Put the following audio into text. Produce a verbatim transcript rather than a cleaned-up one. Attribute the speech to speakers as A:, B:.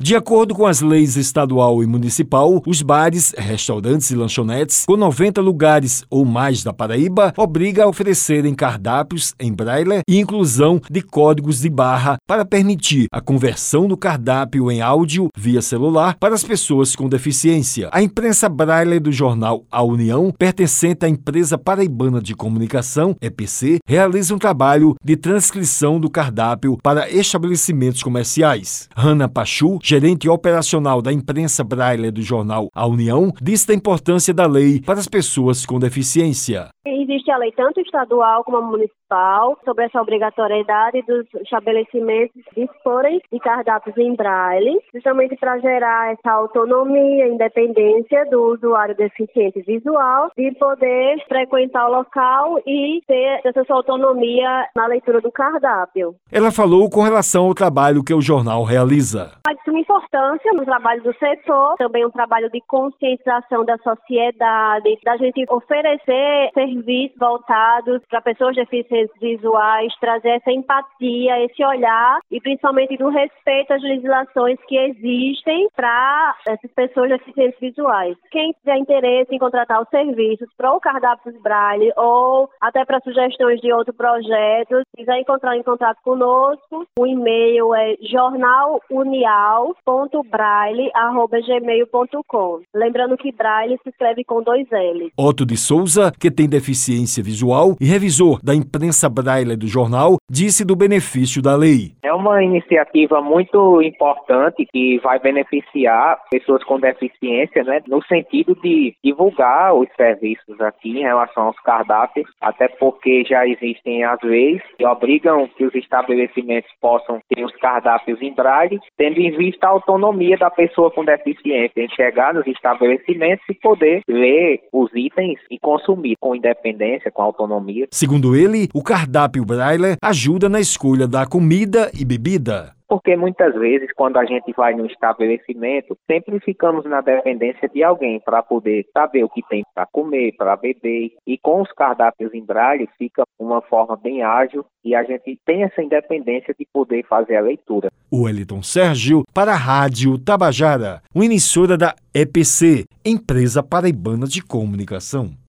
A: De acordo com as leis estadual e municipal, os bares, restaurantes e lanchonetes com noventa lugares ou mais da Paraíba obriga a oferecerem cardápios em braille e inclusão de códigos de barra para permitir a conversão do cardápio em áudio via celular para as pessoas com deficiência. A imprensa braille do jornal A União, pertencente à Empresa Paraibana de Comunicação, E P C, realiza um trabalho de transcrição do cardápio para estabelecimentos comerciais. Hanna Pachu, gerente operacional da imprensa braille do jornal A União, disse da importância da lei para as pessoas com deficiência.
B: Existe a lei tanto estadual como municipal sobre essa obrigatoriedade dos estabelecimentos disporem de cardápios em braille, justamente para gerar essa autonomia e independência do usuário deficiente visual de poder frequentar o local e ter essa sua autonomia na leitura do cardápio.
A: Ela falou com relação ao trabalho que o jornal realiza.
B: De suma importância no trabalho do setor, também um trabalho de conscientização da sociedade, da gente oferecer serviços voltados para pessoas deficientes visuais, trazer essa empatia, esse olhar e principalmente do respeito às legislações que existem para essas pessoas deficientes visuais. Quem tiver interesse em contratar os serviços para o cardápio braille ou até para sugestões de outro projeto, quiser encontrar em contato conosco, o e-mail é jornal unial ponto braille arroba gmail ponto com. Lembrando que braille se escreve com dois L's.
A: Otto de Souza, que tem deficiência visual e revisor da imprensa braille do jornal, disse do benefício da lei.
C: É uma iniciativa muito importante que vai beneficiar pessoas com deficiência, né, no sentido de divulgar os serviços aqui em relação aos cardápios, até porque já existem as leis que obrigam que os estabelecimentos possam ter os cardápios em braille, tendo em vista a autonomia da pessoa com deficiência em chegar nos estabelecimentos e poder ler os itens e consumir com independência, com autonomia.
A: Segundo ele, o cardápio braille ajuda na escolha da comida e bebida.
C: Porque muitas vezes, quando a gente vai no estabelecimento, sempre ficamos na dependência de alguém para poder saber o que tem para comer, para beber. E com os cardápios em braille, fica uma forma bem ágil e a gente tem essa independência de poder fazer a leitura.
A: Wellington Sérgio para a Rádio Tabajara, uma emissora da E P C, Empresa Paraibana de Comunicação.